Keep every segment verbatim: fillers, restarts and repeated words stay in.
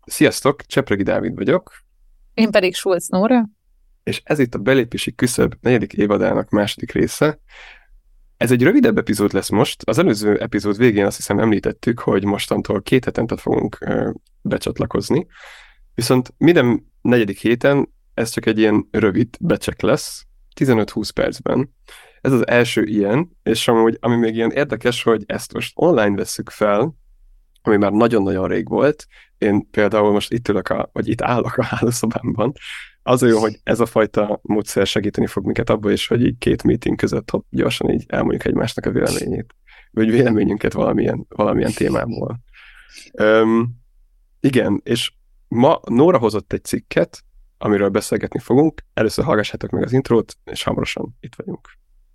Sziasztok, Csepregi Dávid vagyok. Én pedig Schulz Nóra. És ez itt a Belépési Küszöb negyedik évadának második része. Ez egy rövidebb epizód lesz most. Az előző epizód végén azt hiszem említettük, hogy mostantól két hetente fogunk ö, becsatlakozni. Viszont minden negyedik héten ez csak egy ilyen rövid becsek lesz, tizenöt-húsz percben. Ez az első ilyen, és amúgy, ami még ilyen érdekes, hogy ezt most online vesszük fel, ami már nagyon-nagyon rég volt. Én például most itt ülök, a, vagy itt állok a hálószobámban. Az a jó, hogy ez a fajta módszer segíteni fog minket abban is, hogy így két meeting között hopp, gyorsan így elmondjuk egymásnak a véleményét, vagy véleményünket valamilyen, valamilyen témából. Öm, igen, és ma Nóra hozott egy cikket, amiről beszélgetni fogunk. Először hallgassátok meg az intrót, és hamarosan itt vagyunk.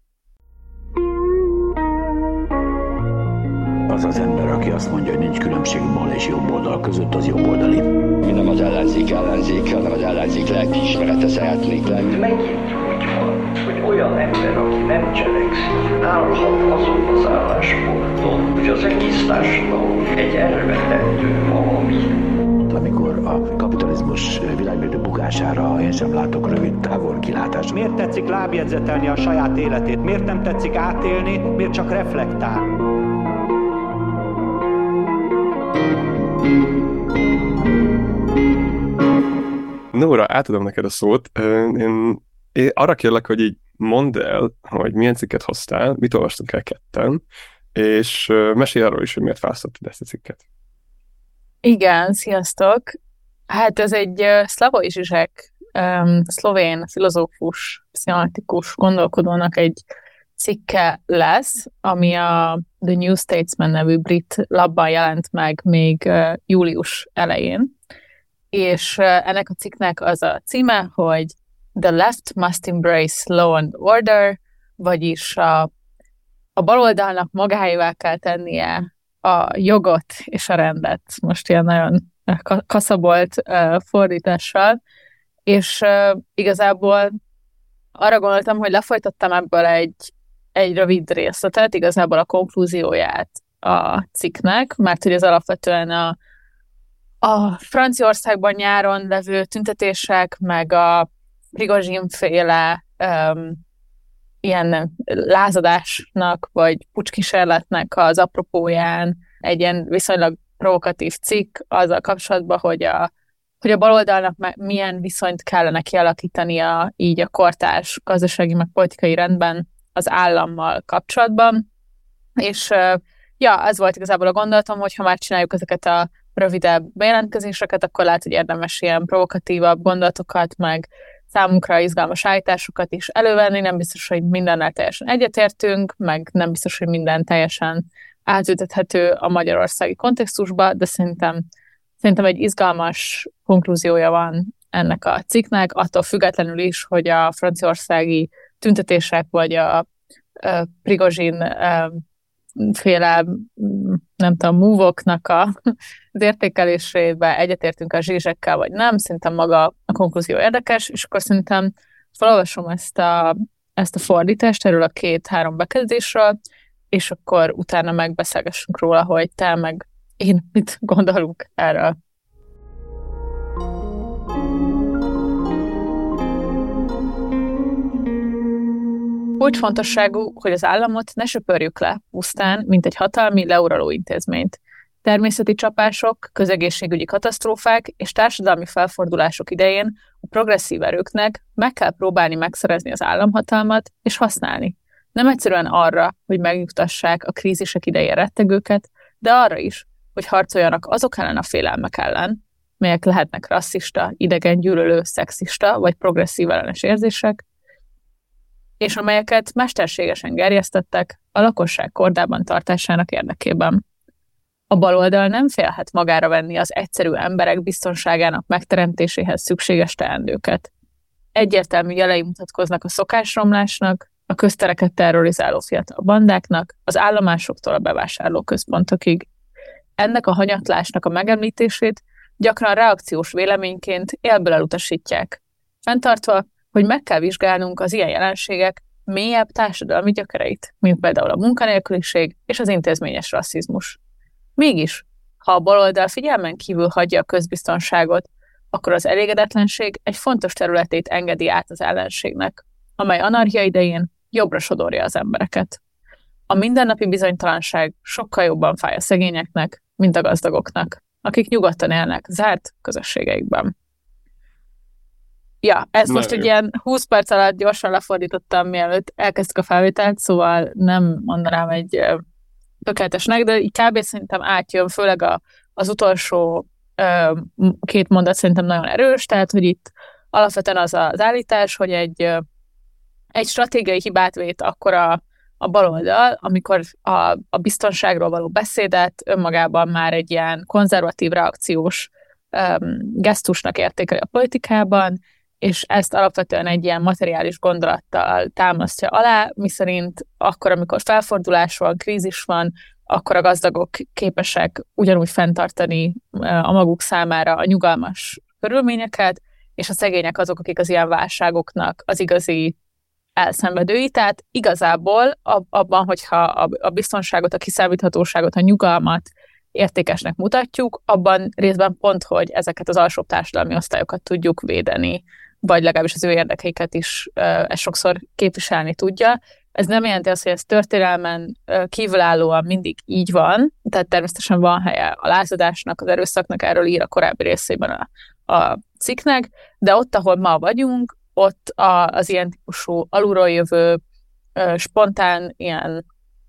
Az az ember, aki azt mondja, hogy nincs különbség bal és jobb oldal között, az jobb oldali. Mi nem az ellenzék ellenzék, hanem az ellenzék lelkiismerete szeretnék lenni. Megint úgy van, hogy olyan ember, aki nem cselekszik, állhat azon az állásponton, hogy az egész társadalom egy elvetendő valami. Amikor a kapitalizmus világmérdő bukására én sem látok rövid távol kilátást. Miért tetszik lábjegyzetelni a saját életét? Miért nem tetszik átélni? Miért csak reflektál? Nóra, átadom neked a szót. Én, én arra kérlek, hogy így mondd el, hogy milyen cikket hoztál, mit olvastunk el ketten, és mesélj arról is, hogy miért választottad ezt a cikket. Igen, sziasztok! Hát ez egy uh, Slavoj Žižek, um, szlovén filozófus, pszichoanalitikus gondolkodónak egy cikke lesz, ami a The New Statesman nevű brit labban jelent meg még uh, július elején. És uh, ennek a cikknek az a címe, hogy The Left Must Embrace Law and Order, vagyis a, a baloldalnak magáévá kell tennie a jogot és a rendet. Most ilyen nagyon kaszabolt uh, fordítással. És uh, igazából arra gondoltam, hogy lefolytattam ebből egy, egy rövid részletet, igazából a konklúzióját a cikknek, mert hogy ez alapvetően a A Franciaországban nyáron levő tüntetések, meg a Prigozsin-féle um, ilyen lázadásnak, vagy pucskísérletnek az apropóján egy ilyen viszonylag provokatív cikk azzal kapcsolatban, hogy a, hogy a baloldalnak milyen viszonyt kellene kialakítania így a kortárs gazdasági, meg politikai rendben az állammal kapcsolatban. És uh, ja, ez volt igazából a gondolatom, hogy ha már csináljuk ezeket a rövidebb bejelentkezéseket, akkor lehet, hogy érdemes ilyen provokatívabb gondolatokat, meg számunkra izgalmas állításokat is elővenni. Nem biztos, hogy mindennel teljesen egyetértünk, meg nem biztos, hogy minden teljesen átültethető a magyarországi kontextusba, de szerintem, szerintem egy izgalmas konklúziója van ennek a cikknek, attól függetlenül is, hogy a franciaországi tüntetések, vagy a, a Prigozsin a, féle, nem tudom, move-oknak a, az értékelésébe egyetértünk a Zsizsekkel, vagy nem, szerintem maga a konklúzió érdekes, és akkor szerintem felolvasom ezt a, ezt a fordítást erről a két-három bekezdésről, és akkor utána megbeszélgessünk róla, hogy te meg én mit gondolunk erről. Kulcsfontosságú, hogy az államot ne söpörjük le pusztán, mint egy hatalmi leuraló intézményt. Természeti csapások, közegészségügyi katasztrófák és társadalmi felfordulások idején a progresszív erőknek meg kell próbálni megszerezni az államhatalmat és használni. Nem egyszerűen arra, hogy megnyugtassák a krízisek idején rettegőket, de arra is, hogy harcoljanak azok ellen a félelmek ellen, melyek lehetnek rasszista, idegengyűlölő, szexista vagy progresszív ellenes érzések, és amelyeket mesterségesen gerjesztettek a lakosság kordában tartásának érdekében. A baloldal nem félhet magára venni az egyszerű emberek biztonságának megteremtéséhez szükséges teendőket. Egyértelmű jelei mutatkoznak a szokásromlásnak, a köztereket terrorizáló fiatal bandáknak, az állomásoktól a bevásárló központokig. Ennek a hanyatlásnak a megemlítését gyakran reakciós véleményként élből elutasítják, fenntartva, hogy meg kell vizsgálnunk az ilyen jelenségek mélyebb társadalmi gyökereit, mint például a munkanélküliség és az intézményes rasszizmus. Mégis, Ha a baloldal figyelmen kívül hagyja a közbiztonságot, akkor az elégedetlenség egy fontos területét engedi át az ellenségnek, amely anarchia idején jobbra sodorja az embereket. A mindennapi bizonytalanság sokkal jobban fáj a szegényeknek, mint a gazdagoknak, akik nyugodtan élnek zárt közösségeikben. Ja, ezt Na most egy ilyen húsz perc alatt gyorsan lefordítottam, mielőtt elkezdtük a felvételt, szóval nem mondanám egy tökéletesnek, de így kb. Szerintem átjön, főleg a, az utolsó ö, két mondat szerintem nagyon erős, tehát, hogy itt alapvetően az az állítás, hogy egy, ö, egy stratégiai hibát vét akkor a, a baloldal, amikor a, a biztonságról való beszédet önmagában már egy ilyen konzervatív reakciós ö, gesztusnak értékeli a politikában, és ezt alapvetően egy ilyen materiális gondolattal támasztja alá, miszerint akkor, amikor felfordulás van, krízis van, akkor a gazdagok képesek ugyanúgy fenntartani a maguk számára a nyugalmas körülményeket, és a szegények azok, akik az ilyen válságoknak az igazi elszenvedői. Tehát igazából abban, hogyha a biztonságot, a kiszámíthatóságot, a nyugalmat értékesnek mutatjuk, abban részben pont, hogy ezeket az alsóbb társadalmi osztályokat tudjuk védeni, vagy legalábbis az ő érdekeiket is ez sokszor képviselni tudja. Ez nem jelenti azt, hogy ez történelmen kívülállóan mindig így van, tehát természetesen van helye a lázadásnak, az erőszaknak, erről ír a korábbi részében a, a cikknek, de ott, ahol ma vagyunk, ott a, az ilyen típusú alulról jövő, spontán, ilyen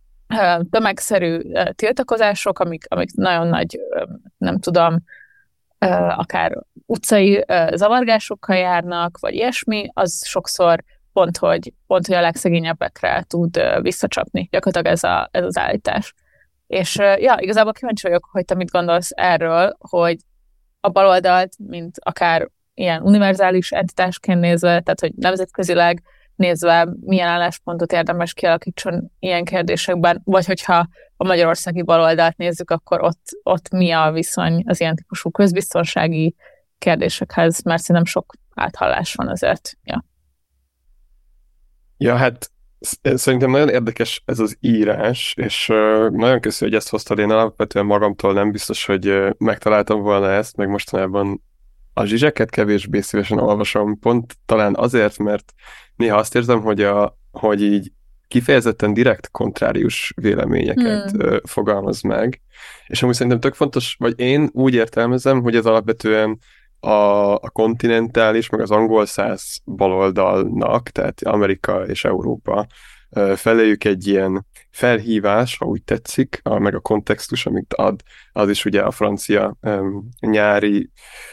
tömegszerű tiltakozások, amik, amik nagyon nagy, nem tudom, akár utcai zavargásokkal járnak, vagy ilyesmi, az sokszor pont, hogy, pont, hogy a legszegényebbekre tud visszacsapni. Gyakorlatilag ez, a, ez az állítás. És ja, igazából kíváncsi vagyok, hogy te mit gondolsz erről, hogy a baloldalt, mint akár ilyen univerzális entitásként nézve, tehát hogy nemzetközileg nézve milyen álláspontot érdemes kialakítson ilyen kérdésekben, vagy hogyha a magyarországi baloldalt nézzük, akkor ott, ott mi a viszony az ilyen típusú közbiztonsági kérdésekhez, mert szerintem sok áthallás van azért. Ja, ja hát szerintem nagyon érdekes ez az írás, és uh, nagyon köszönöm, hogy ezt hoztad. Én alapvetően magamtól nem biztos, hogy uh, megtaláltam volna ezt, meg mostanában a zsizseket kevésbé szívesen olvasom, pont talán azért, mert néha azt érzem, hogy, a, hogy így kifejezetten direkt kontrárius véleményeket hmm. fogalmaz meg, és amúgy szerintem tök fontos, vagy én úgy értelmezem, hogy ez alapvetően a, a kontinentális, meg az angol száz baloldalnak, tehát Amerika és Európa feléjük egy ilyen felhívás, ha úgy tetszik, a, meg a kontextus, amit ad, az is ugye a francia um, nyári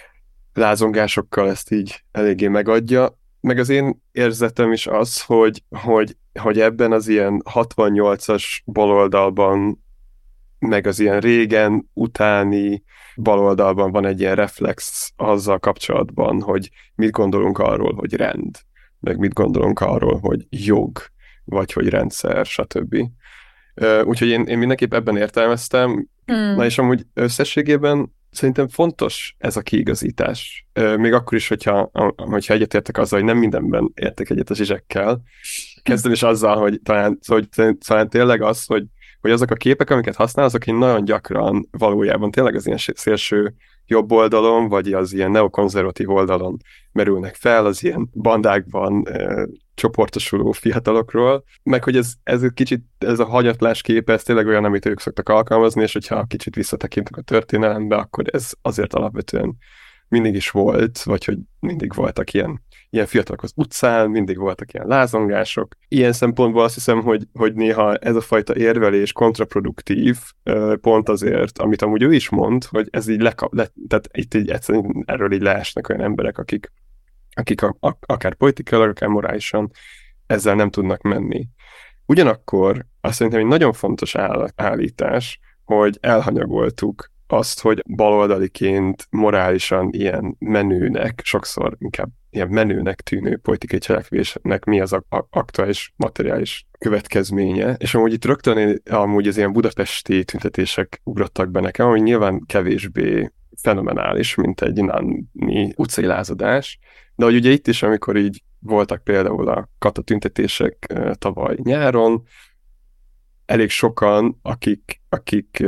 lázongásokkal ezt így eléggé megadja, meg az én érzetem is az, hogy, hogy, hogy ebben az ilyen hatvannyolcas baloldalban, meg az ilyen régen utáni baloldalban van egy ilyen reflex azzal kapcsolatban, hogy mit gondolunk arról, hogy rend, meg mit gondolunk arról, hogy jog, vagy hogy rendszer, stb. Úgyhogy én, én mindenképp ebben értelmeztem. Hmm. Na és amúgy összességében szerintem fontos ez a kiigazítás. Még akkor is, hogyha, hogyha egyetértek azzal, hogy nem mindenben értek egyet a zsizsekkel. Kezdem is azzal, hogy talán, hogy talán tényleg az, hogy, hogy azok a képek, amiket használ, azok én nagyon gyakran valójában tényleg az ilyen szélső jobb oldalon, vagy az ilyen neokonzervatív oldalon merülnek fel, az ilyen bandákban e, csoportosuló fiatalokról, meg hogy ez, ez egy kicsit, ez a hanyatlás képe, ez tényleg olyan, amit ők szoktak alkalmazni, és hogyha kicsit visszatekintünk a történelembe, akkor ez azért alapvetően mindig is volt, vagy hogy mindig voltak ilyen, ilyen fiatalok az utcán, mindig voltak ilyen lázongások. Ilyen szempontból azt hiszem, hogy, hogy néha ez a fajta érvelés kontraproduktív, pont azért, amit amúgy ő is mond, hogy ez így lekap, le, tehát itt így egyszerűen erről így leesnek olyan emberek, akik, akik a, a, akár politikailag, akár morálisan ezzel nem tudnak menni. Ugyanakkor azt szerintem egy nagyon fontos áll, állítás, hogy elhanyagoltuk azt, hogy baloldaliként morálisan ilyen menőnek, sokszor inkább ilyen menőnek tűnő politikai cselekvésnek mi az aktuális materiális következménye. És amúgy itt rögtön én, amúgy az ilyen budapesti tüntetések ugrottak be nekem, ami nyilván kevésbé fenomenális, mint egy ináni utcai lázadás, de hogy ugye itt is, amikor így voltak például a kata tüntetések tavaly nyáron, elég sokan, akik, akik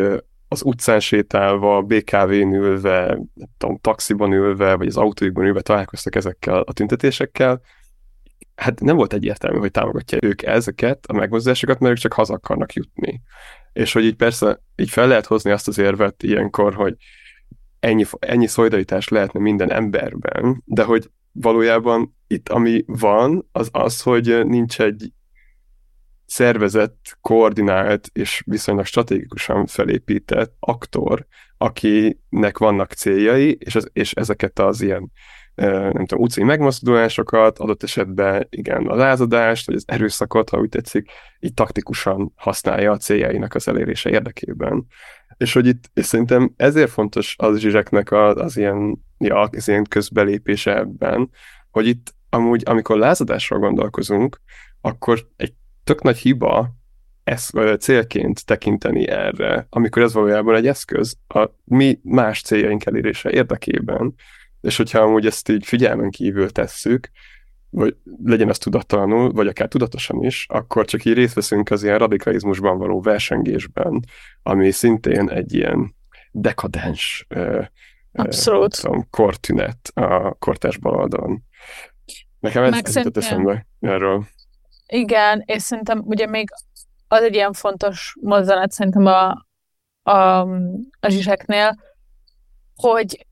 az utcán sétálva, bé ká vén ülve, nem tudom, taxiban ülve, vagy az autójukban ülve találkoztak ezekkel a tüntetésekkel, hát nem volt egyértelmű, hogy támogatja ők ezeket a megmozdulásokat, mert ők csak haza akarnak jutni. És hogy így persze így fel lehet hozni azt az érvet ilyenkor, hogy ennyi, ennyi szolidaritás lehetne minden emberben, de hogy valójában itt ami van, az az, hogy nincs egy szervezett, koordinált és viszonylag stratégikusan felépített aktor, akinek vannak céljai, és, az, és ezeket az ilyen nem tudom, utcai megmozdulásokat, adott esetben igen, a lázadást, vagy az erőszakot, ha úgy tetszik, így taktikusan használja a céljainak az elérése érdekében. És hogy itt, és szerintem ezért fontos az Zsizseknek az, az, ilyen, ja, az ilyen közbelépése ebben, hogy itt amúgy, amikor lázadásról gondolkozunk, akkor egy tök nagy hiba ezt célként tekinteni erre, amikor ez valójában egy eszköz a mi más céljaink elérése érdekében, és hogyha amúgy ezt így figyelmen kívül tesszük, vagy legyen az tudattalanul, vagy akár tudatosan is, akkor csak így részt veszünk az ilyen radikalizmusban való versengésben, ami szintén egy ilyen dekadens Abszolút. Uh, tudom, kortünet a kortárs baloldalon. Nekem ez, ez jutott eszembe erről. Igen, és szerintem ugye még az egy ilyen fontos mozzanat szerintem a, a, a Zsizseknél, hogy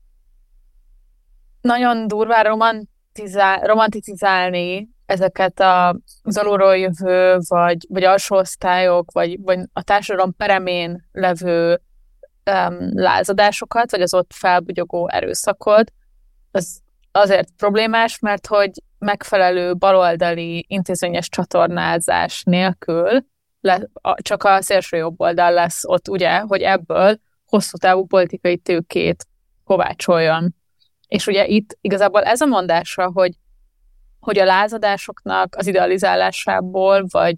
nagyon durván romantizál, romantizálni ezeket az alulról jövő, vagy, vagy alsó osztályok, vagy, vagy a társadalom peremén levő um, lázadásokat, vagy az ott felbugyogó erőszakot, az azért problémás, mert hogy megfelelő baloldali intézményes csatornázás nélkül le, a, csak a szélső jobb oldal lesz ott, ugye, hogy ebből hosszú távú politikai tőkét kovácsoljon. És ugye itt igazából ez a mondása, hogy, hogy a lázadásoknak az idealizálásából, vagy,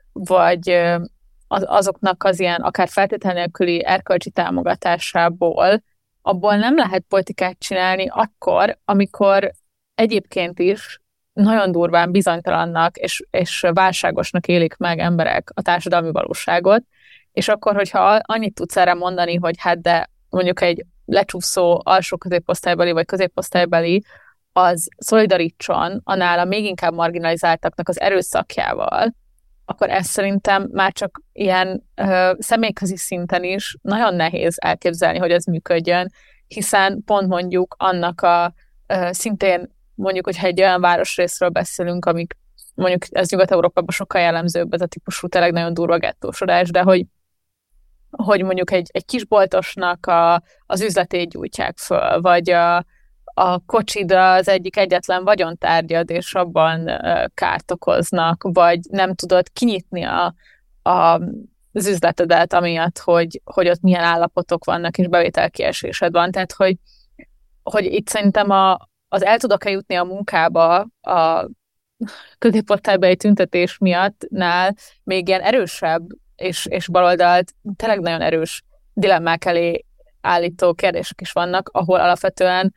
vagy az, azoknak az ilyen akár feltétel nélküli erkölcsi támogatásából, abból nem lehet politikát csinálni akkor, amikor egyébként is nagyon durván bizonytalannak és, és válságosnak élik meg emberek a társadalmi valóságot, és akkor, hogyha annyit tudsz erre mondani, hogy hát de mondjuk egy lecsúszó alsó középosztálybeli vagy középosztálybeli, az szolidarítson a nála még inkább marginalizáltaknak az erőszakjával, akkor ez szerintem már csak ilyen ö, személyközi szinten is nagyon nehéz elképzelni, hogy ez működjön, hiszen pont mondjuk annak a ö, szintén mondjuk, hogyha egy olyan városrészről beszélünk, amik mondjuk ez Nyugat-Európában sokkal jellemzőbb, ez a típusú tényleg nagyon durva gettósodás, de hogy hogy mondjuk egy, egy kisboltosnak a, az üzletét gyújtják föl, vagy a, a kocsid az egyik egyetlen vagyontárgyad, és abban uh, kárt okoznak, vagy nem tudod kinyitni a, a, az üzletedet, amiatt, hogy, hogy ott milyen állapotok vannak, és bevételkiesésed van. Tehát, hogy, hogy itt szerintem a, az el tudok-e jutni a munkába a középosztálybeli tüntetés miattnál még ilyen erősebb és, és baloldalt tényleg nagyon erős dilemmák elé állító kérdések is vannak, ahol alapvetően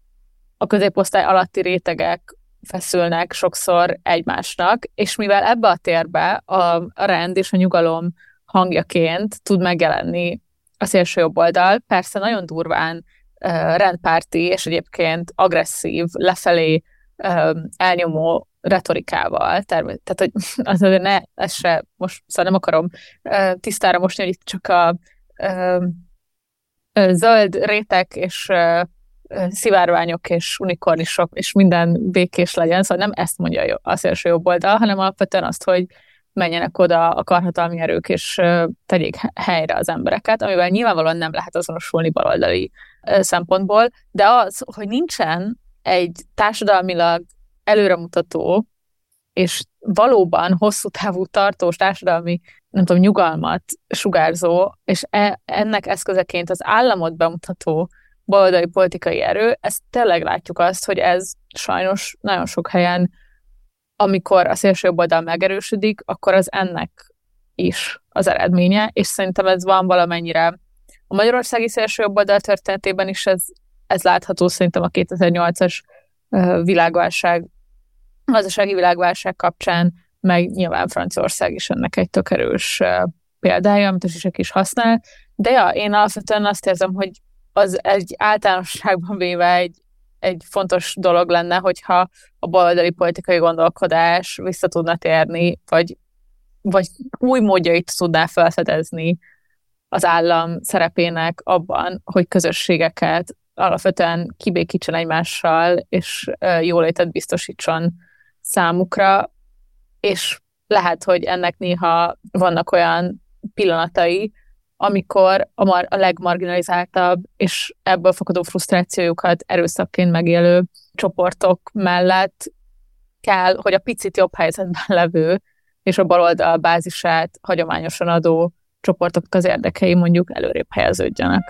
a középosztály alatti rétegek feszülnek sokszor egymásnak, és mivel ebbe a térbe a, a rend és a nyugalom hangjaként tud megjelenni a szélső jobb oldal, persze nagyon durván uh, rendpárti és egyébként agresszív, lefelé uh, elnyomó retorikával. Termé- tehát, hogy az azért ne, ez se, most szóval nem akarom uh, tisztára mosni, hogy itt csak a uh, uh, zöld rétek és uh, szivárványok és unikornisok és minden békés legyen, szóval nem ezt mondja a szélső jobb oldal, hanem alapvetően azt, hogy menjenek oda a karhatalmi erők, és tegyék helyre az embereket, amivel nyilvánvalóan nem lehet azonosulni baloldali szempontból, de az, hogy nincsen egy társadalmilag előremutató és valóban hosszú távú tartós társadalmi, nem tudom, nyugalmat sugárzó, és e, ennek eszközeként az államot bemutató baloldali politikai erő, ezt tényleg látjuk azt, hogy ez sajnos nagyon sok helyen, amikor a szélső jobb oldal megerősödik, akkor az ennek is az eredménye, és szerintem ez van valamennyire a magyarországi szélső jobb oldal történetében is, ez, ez látható szerintem a kétezer-nyolcas világválság, gazdasági világválság kapcsán, meg nyilván Franciaország is ennek egy tök erős példája, amit a Zsizsek is használ, de ja, én alapvetően azt érzem, hogy az egy általánosságban véve egy, egy fontos dolog lenne, hogyha a baloldali politikai gondolkodás vissza tudna térni, vagy, vagy új módjait tudná felfedezni az állam szerepének abban, hogy közösségeket alapvetően kibékítsen egymással, és jólétet biztosítson számukra, és lehet, hogy ennek néha vannak olyan pillanatai, amikor a, mar- a legmarginalizáltabb és ebből fakadó frusztrációjukat erőszakként megélő csoportok mellett kell, hogy a picit jobb helyzetben levő és a baloldal bázisát hagyományosan adó csoportok az érdekei mondjuk előrébb helyeződjenek.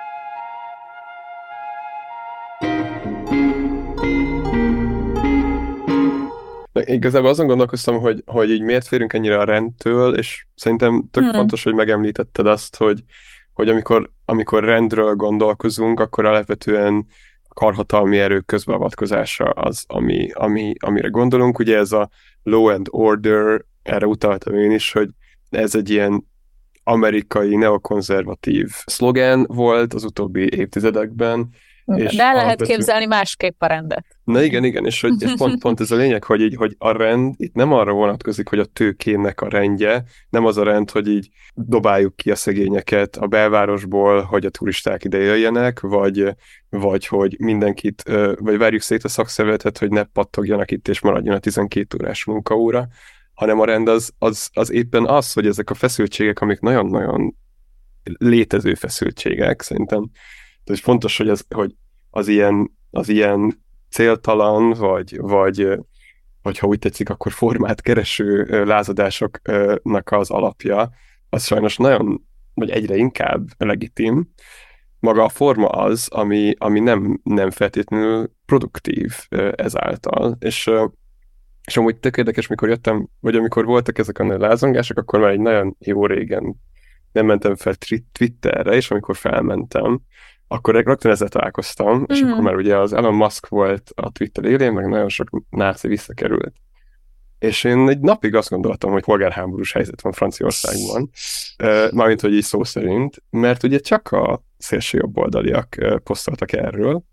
Igazából azon gondolkoztam, hogy, hogy így miért férünk ennyire a rendtől, és szerintem tök hmm. fontos, hogy megemlítetted azt, hogy, hogy amikor, amikor rendről gondolkozunk, akkor alapvetően karhatalmi erők közbeavatkozása az, ami, ami, amire gondolunk. Ugye ez a law and order, erre utaltam én is, hogy ez egy ilyen amerikai neokonzervatív szlogán volt az utóbbi évtizedekben. És de el lehet alapvető... képzelni másképp a rendet. Na igen, igen, és hogy és pont, pont ez a lényeg, hogy, így, hogy a rend itt nem arra vonatkozik, hogy a tőkének a rendje, nem az a rend, hogy így dobáljuk ki a szegényeket a belvárosból, hogy a turisták ide jöjjenek, vagy, vagy hogy mindenkit, vagy várjuk szét a szakszervezetet, hogy ne pattogjanak itt, és maradjon a tizenkét órás munkaóra, hanem a rend az, az, az éppen az, hogy ezek a feszültségek, amik nagyon-nagyon létező feszültségek, szerintem. Tehát fontos, hogy az, hogy az ilyen, az ilyen céltalan, vagy, vagy, vagy ha úgy tetszik, akkor formát kereső lázadásoknak az alapja, az sajnos nagyon, vagy egyre inkább legitim. Maga a forma az, ami, ami nem, nem feltétlenül produktív ezáltal. És, és amúgy tök érdekes, mikor jöttem, vagy amikor voltak ezek a lázongások, akkor már egy nagyon jó régen nem mentem fel Twitterre, és amikor felmentem, akkor rögtön ezzel találkoztam, mm. és akkor már ugye az Elon Musk volt a Twitter élén, meg nagyon sok náci visszakerült. És én egy napig azt gondoltam, hogy polgárháborús helyzet van Franciaországban, mármint, hogy így szó szerint, mert ugye csak a szélső jobboldaliak posztoltak erről,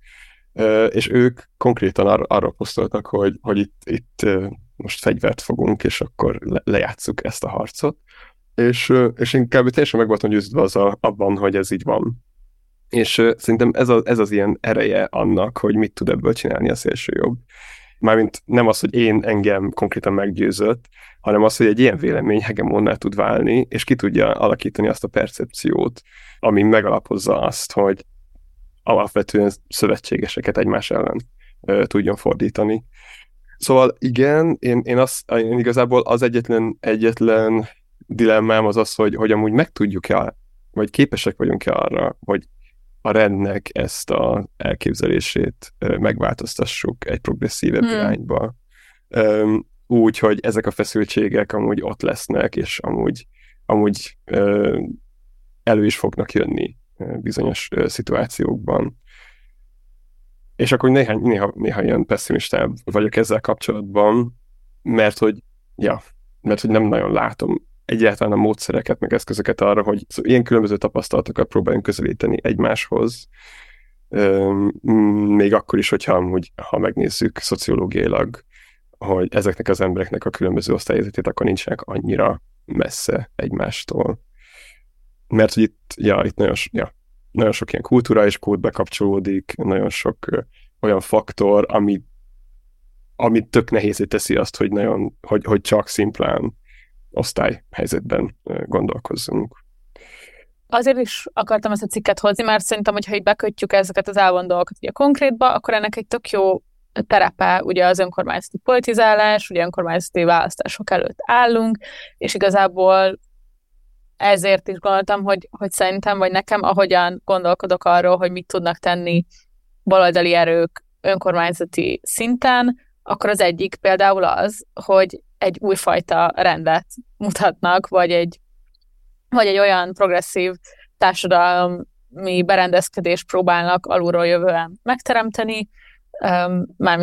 és ők konkrétan ar- arról posztoltak, hogy, hogy itt, itt most fegyvert fogunk, és akkor le- lejátsszuk ezt a harcot. És, és én kb. Teljesen meg voltam győződve az a, abban, hogy ez így van. És uh, szerintem ez, a, ez az ilyen ereje annak, hogy mit tud ebből csinálni a szélső jobb. Mármint nem az, hogy én engem konkrétan meggyőzött, hanem az, hogy egy ilyen vélemény hegemonnál tud válni, és ki tudja alakítani azt a percepciót, ami megalapozza azt, hogy alapvetően szövetségeseket egymás ellen uh, tudjon fordítani. Szóval igen, én, én, azt, én igazából az egyetlen, egyetlen dilemmám az az, hogy, hogy amúgy meg tudjuk-e, vagy képesek vagyunk-e arra, hogy a rendnek ezt az elképzelését megváltoztassuk egy progresszívebb hmm. irányba. Úgy, hogy ezek a feszültségek amúgy ott lesznek, és amúgy, amúgy elő is fognak jönni bizonyos szituációkban. És akkor néha, néha, néha ilyen pessimistább vagyok ezzel kapcsolatban, mert hogy, ja, mert hogy nem nagyon látom egyáltalán a módszereket, meg eszközöket arra, hogy szóval ilyen különböző tapasztalatokat próbáljunk közelíteni egymáshoz, még akkor is, hogyha amúgy, ha megnézzük szociológiailag, hogy ezeknek az embereknek a különböző osztályhelyzetét, akkor nincsenek annyira messze egymástól. Mert hogy itt, ja, itt nagyon, ja, nagyon sok ilyen kulturális kód bekapcsolódik, nagyon sok ö, olyan faktor, ami, ami tök nehézé teszi azt, hogy, nagyon, hogy, hogy csak szimplán osztályhelyzetben gondolkozzunk. Azért is akartam ezt a cikket hozni, mert szerintem, hogyha így bekötjük ezeket az elgondolókat ugye konkrétba, akkor ennek egy tök jó terepe ugye az önkormányzati politizálás, ugye önkormányzati választások előtt állunk, és igazából ezért is gondoltam, hogy, hogy szerintem, vagy nekem, ahogyan gondolkodok arról, hogy mit tudnak tenni baloldali erők önkormányzati szinten, akkor az egyik például az, hogy egy újfajta rendet mutatnak, vagy egy, vagy egy olyan progresszív társadalmi berendezkedést próbálnak alulról jövően megteremteni, mármint, hogy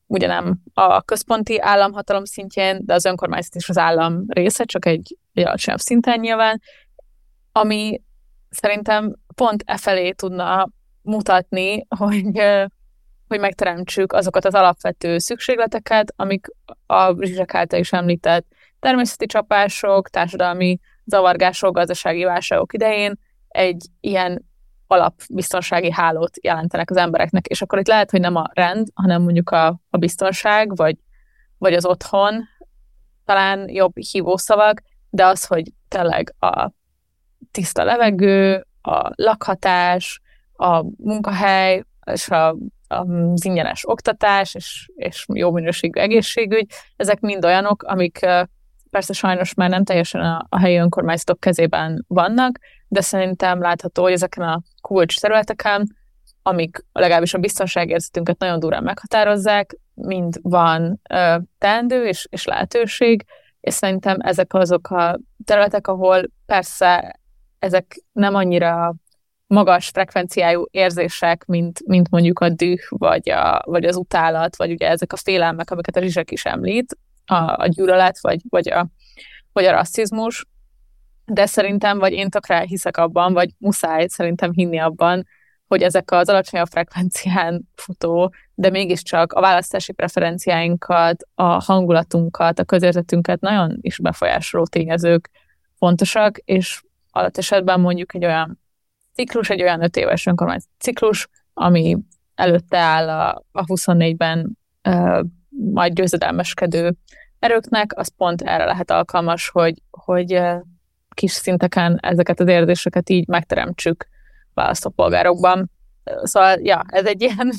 ugye nem a központi államhatalom szintjén, de az önkormányzat is az állam része, csak egy, egy alacsonyabb szinten nyilván, ami szerintem pont e felé tudna mutatni, hogy, hogy megteremtsük azokat az alapvető szükségleteket, amik a Zsizsek által is említett természeti csapások, társadalmi zavargások, gazdasági válságok idején egy ilyen alapbiztonsági hálót jelentenek az embereknek, és akkor itt lehet, hogy nem a rend, hanem mondjuk a, a biztonság, vagy, vagy az otthon, talán jobb hívószavak, de az, hogy tényleg a tiszta levegő, a lakhatás, a munkahely, és a, az ingyenes oktatás, és, és jó minőségű egészségügy, ezek mind olyanok, amik persze sajnos már nem teljesen a, a helyi önkormányzatok kezében vannak, de szerintem látható, hogy ezeken a kulcs területeken, amik legalábbis a biztonságérzetünket nagyon durán meghatározzák, mind van ö, teendő és, és lehetőség, és szerintem ezek azok a területek, ahol persze ezek nem annyira magas frekvenciájú érzések, mint, mint mondjuk a düh, vagy, a, vagy az utálat, vagy ugye ezek a félelmek, amiket a Zsizsek is említ, a, a gyűlölet, vagy, vagy, a, vagy a rasszizmus, de szerintem, vagy én tökre hiszek abban, vagy muszáj szerintem hinni abban, hogy ezek az alacsonyabb frekvencián futó, de mégiscsak a választási preferenciáinkat, a hangulatunkat, a közérzetünket nagyon is befolyásoló tényezők fontosak, és alatt esetben mondjuk egy olyan ciklus, egy olyan öt éves önkormányzati ciklus, ami előtte áll a, a huszonnégyben uh, majd győzedelmeskedő erőknek, az pont erre lehet alkalmas, hogy, hogy uh, kis szinteken ezeket az érzéseket így megteremtsük választópolgárokban. Szóval, ja, ez egy ilyen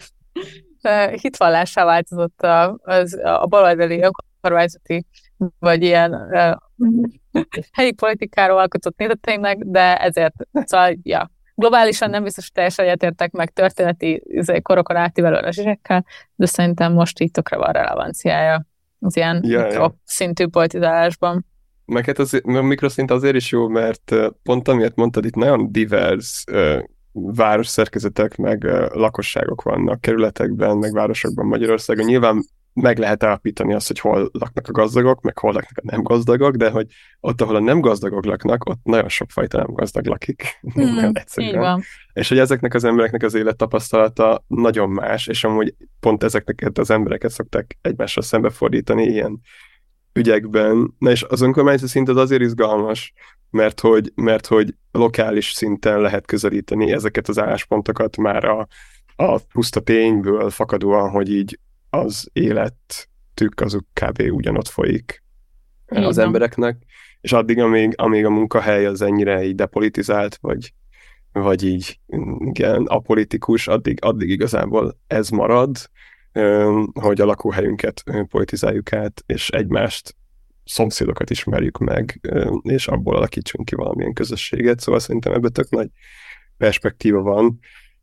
hitvallássá változott a, az, a baloldali önkormányzati, vagy ilyen uh, helyi politikáról alkotott nézeteimnek, de ezért, szóval, ja, globálisan nem biztos, hogy teljesen egyetértek meg történeti korokon átívelően a Zsizsekkel, de szerintem most így tökre van relevanciája az ilyen ja, mikroszintű politizálásban. Meg hát az, a mikroszint azért is jó, mert pont amiért mondtad, itt nagyon divers uh, városszerkezetek, meg uh, lakosságok vannak kerületekben, meg városokban Magyarországon. Nyilván meg lehet állapítani azt, hogy hol laknak a gazdagok, meg hol laknak a nem gazdagok, de hogy ott, ahol a nem gazdagok laknak, ott nagyon sokfajta nem gazdag lakik. Hmm, nem egyszerűen. És hogy ezeknek az embereknek az élettapasztalata nagyon más, és amúgy pont ezeknek az embereket szokták egymással szembefordítani ilyen ügyekben. Na és az önkormányzati szint az azért izgalmas, mert hogy, mert hogy lokális szinten lehet közelíteni ezeket az álláspontokat már a, a puszta tényből fakadóan, hogy így az életük azok kb. Ugyanott folyik Igen. az embereknek, és addig, amíg, amíg a munkahely az ennyire így depolitizált, vagy, vagy így igen, apolitikus, addig, addig igazából ez marad, hogy a lakóhelyünket politizáljuk át, és egymást, szomszédokat ismerjük meg, és abból alakítsunk ki valamilyen közösséget, szóval szerintem ebben tök nagy perspektíva van.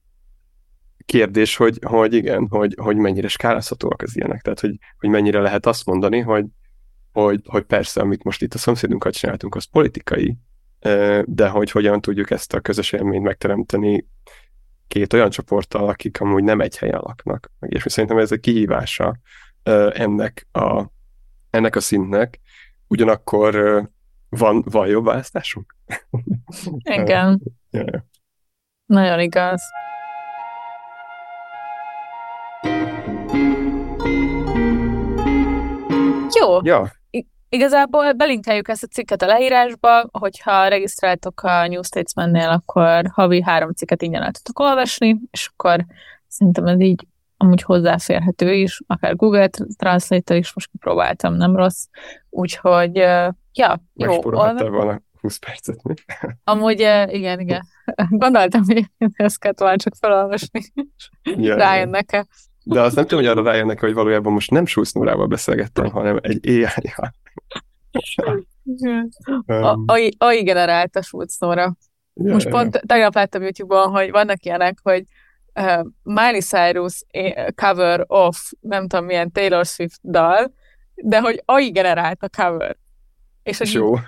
Kérdés, hogy, hogy igen, hogy, hogy mennyire skálázhatóak az ilyenek, tehát hogy, hogy mennyire lehet azt mondani, hogy, hogy, hogy persze, amit most itt a szomszédunkat csináltunk, az politikai, de hogy hogyan tudjuk ezt a közös élményt megteremteni két olyan csoporttal, akik amúgy nem egy helyen laknak. És szerintem ez egy kihívása ennek a, ennek a szintnek. Ugyanakkor van, van jobb választásunk? Igen. yeah. Nagyon igaz. Jó. Ja. I- igazából belinkeljük ezt a cikket a leírásba, hogyha regisztráltok a New Statesman-nél, akkor havi három cikket ingyen el tudtok olvasni, és akkor szerintem ez így amúgy hozzáférhető is, akár Google Translate-tel is most kipróbáltam, nem rossz. Úgyhogy, uh, ja, jó. Megspórolhattál volna húsz percet, mi? Amúgy, uh, igen, igen. Gondoltam, hogy ezt kell tovább csak felolvasni, yeah, rájönnek-e. De azt nem tudom, hogy arra rájönnek, hogy valójában most nem Schulz Nórával beszélgettem, hanem egy á i-jal. A i generálta Schulz Nóra. Yeah, most yeah. pont tegnap láttam YouTube-on, hogy vannak ilyenek, hogy uh, Miley Cyrus cover of nem tudom milyen Taylor Swift dal, de hogy á i generált a cover. És hogy jó.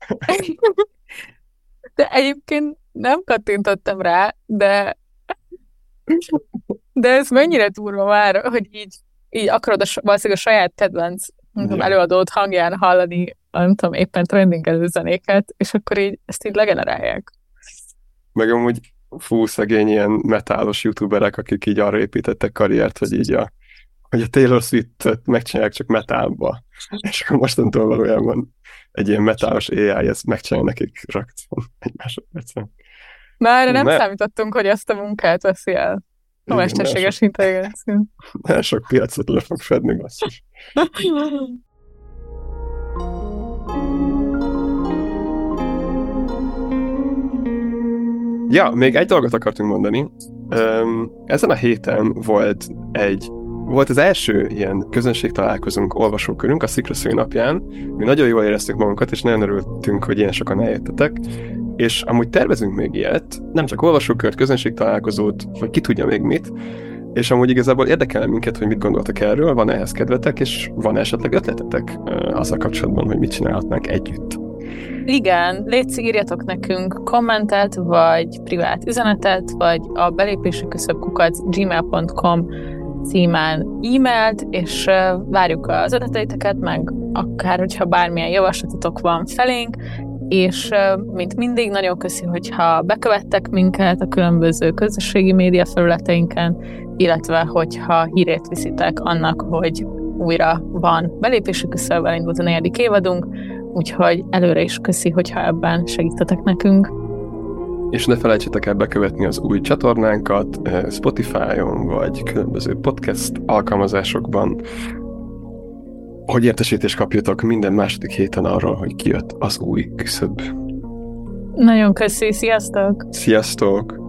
De egyébként nem kattintottam rá, de de ez mennyire durva már, hogy így így akarod a, valószínűleg a saját kedvenc nem tudom, Ja. előadót hangján hallani, nem tudom, éppen trendingelő zenéket, és akkor így ezt így legenerálják. Meg amúgy fú, szegény ilyen metálos youtuberek, akik így arra építettek karriert, hogy így a, hogy a Taylor Swift-et megcsinálják csak metálba. És akkor mostantól valójában egy ilyen metálos á i, ezt megcsinálja nekik rögtön egy másodpercen. Már nem Ne. számítottunk, hogy ezt a munkát veszi el. A Igen, mesterséges intelligencia. Nagyon sok piacot le fog fedni, basszus. Ja, még egy dolgot akartunk mondani. Öm, ezen a héten volt egy volt az első ilyen közönségtalálkozónk, olvasókörünk a Szikrasző napján. Mi nagyon jól éreztük magunkat, és nagyon örültünk, hogy ilyen sokan eljöttetek. És amúgy tervezünk még ilyet, nem csak olvasókört, közönségtalálkozót, vagy ki tudja még mit, és amúgy igazából érdekelne minket, hogy mit gondoltak erről, van ehhez kedvetek, és van esetleg ötletetek uh, azzal kapcsolatban, hogy mit csinálhatnánk együtt. Igen, légy írjatok nekünk kommentet, vagy privát üzenetet, vagy a belépési küszöb kukac gmail pont com címen e-mailt, és uh, várjuk az ötleteiteket, meg akár, hogyha bármilyen javaslatotok van felénk, és uh, mint mindig, nagyon köszi, hogyha bekövettek minket a különböző közösségi média felületeinken, illetve hogyha hírét viszitek annak, hogy újra van belépési küszöb, elindult a negyedik évadunk, úgyhogy előre is köszi, hogyha ebben segítetek nekünk. És ne felejtsetek el bekövetni az új csatornánkat Spotify-on, vagy különböző podcast alkalmazásokban, hogy értesítést kapjatok minden második héten arról, hogy kijött az új küszöb. Nagyon köszi, sziasztok! Sziasztok!